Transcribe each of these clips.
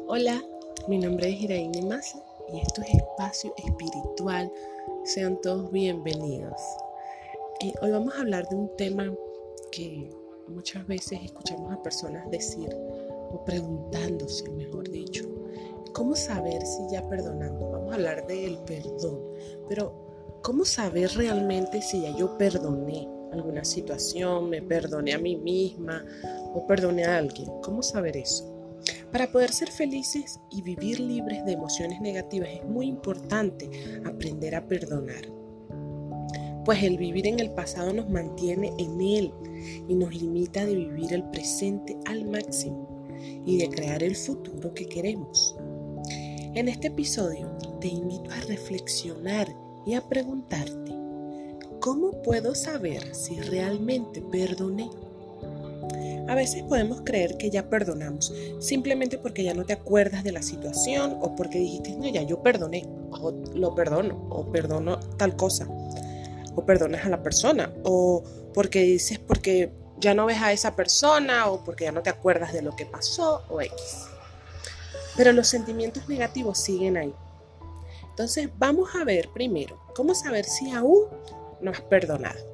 Hola, mi nombre es Iraíne Maza y esto es Espacio Espiritual. Sean todos bienvenidos. Hoy vamos a hablar de un tema que muchas veces escuchamos a personas decir o preguntándose, mejor dicho, ¿cómo saber si ya perdonamos? Vamos a hablar del perdón, pero ¿cómo saber realmente si ya yo perdoné alguna situación, me perdoné a mí misma o perdoné a alguien? ¿Cómo saber eso? Para poder ser felices y vivir libres de emociones negativas es muy importante aprender a perdonar, pues el vivir en el pasado nos mantiene en él y nos limita de vivir el presente al máximo y de crear el futuro que queremos. En este episodio te invito a reflexionar y a preguntarte, ¿cómo puedo saber si realmente perdoné? A veces podemos creer que ya perdonamos simplemente porque ya no te acuerdas de la situación o porque dijiste, no, ya yo perdoné, o lo perdono, o perdono tal cosa, o perdonas a la persona, o porque dices porque ya no ves a esa persona o porque ya no te acuerdas de lo que pasó o X. Pero los sentimientos negativos siguen ahí. Entonces vamos a ver primero cómo saber si aún no has perdonado.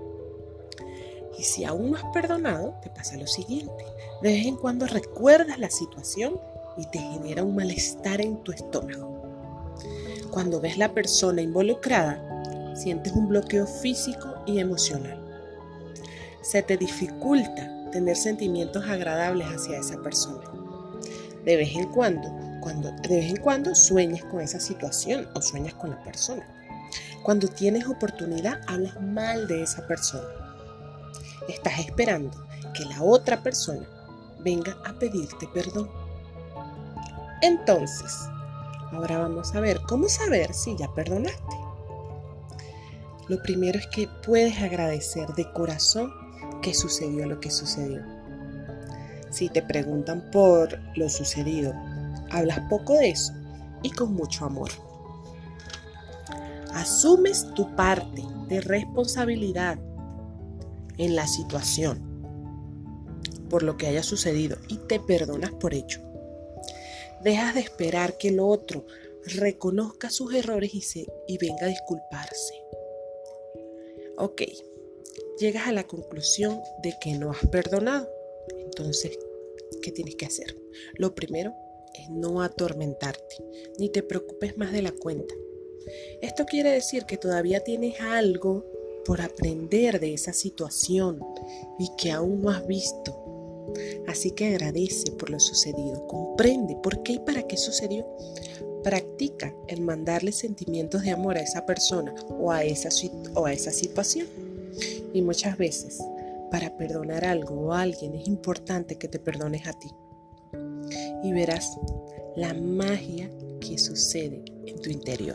Y si aún no has perdonado, te pasa lo siguiente. De vez en cuando recuerdas la situación y te genera un malestar en tu estómago. Cuando ves la persona involucrada, sientes un bloqueo físico y emocional. Se te dificulta tener sentimientos agradables hacia esa persona. De vez en cuando sueñas con esa situación o sueñas con la persona. Cuando tienes oportunidad, hablas mal de esa persona. Estás esperando que la otra persona venga a pedirte perdón. Entonces, ahora vamos a ver cómo saber si ya perdonaste. Lo primero es que puedes agradecer de corazón que sucedió lo que sucedió. Si te preguntan por lo sucedido, hablas poco de eso y con mucho amor. Asumes tu parte de responsabilidad en la situación por lo que haya sucedido y te perdonas por ello. Dejas de esperar que el otro reconozca sus errores y venga a disculparse. Ok, llegas a la conclusión de que no has perdonado. Entonces, ¿qué tienes que hacer? Lo primero es no atormentarte, ni te preocupes más de la cuenta. Esto quiere decir que todavía tienes algo por aprender de esa situación y que aún no has visto. Así que agradece por lo sucedido, comprende por qué y para qué sucedió. Practica el mandarle sentimientos de amor a esa persona o a esa situación. Y muchas veces, para perdonar algo o a alguien es importante que te perdones a ti. Y verás la magia que sucede en tu interior.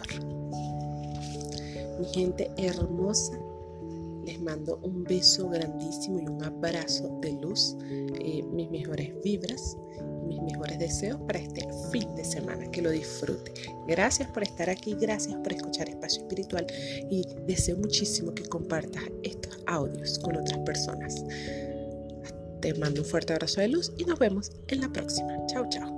Mi gente hermosa, les mando un beso grandísimo y un abrazo de luz, mis mejores vibras, mis mejores deseos para este fin de semana, que lo disfrute. Gracias por estar aquí, gracias por escuchar Espacio Espiritual y deseo muchísimo que compartas estos audios con otras personas. Te mando un fuerte abrazo de luz y nos vemos en la próxima. Chao, chao.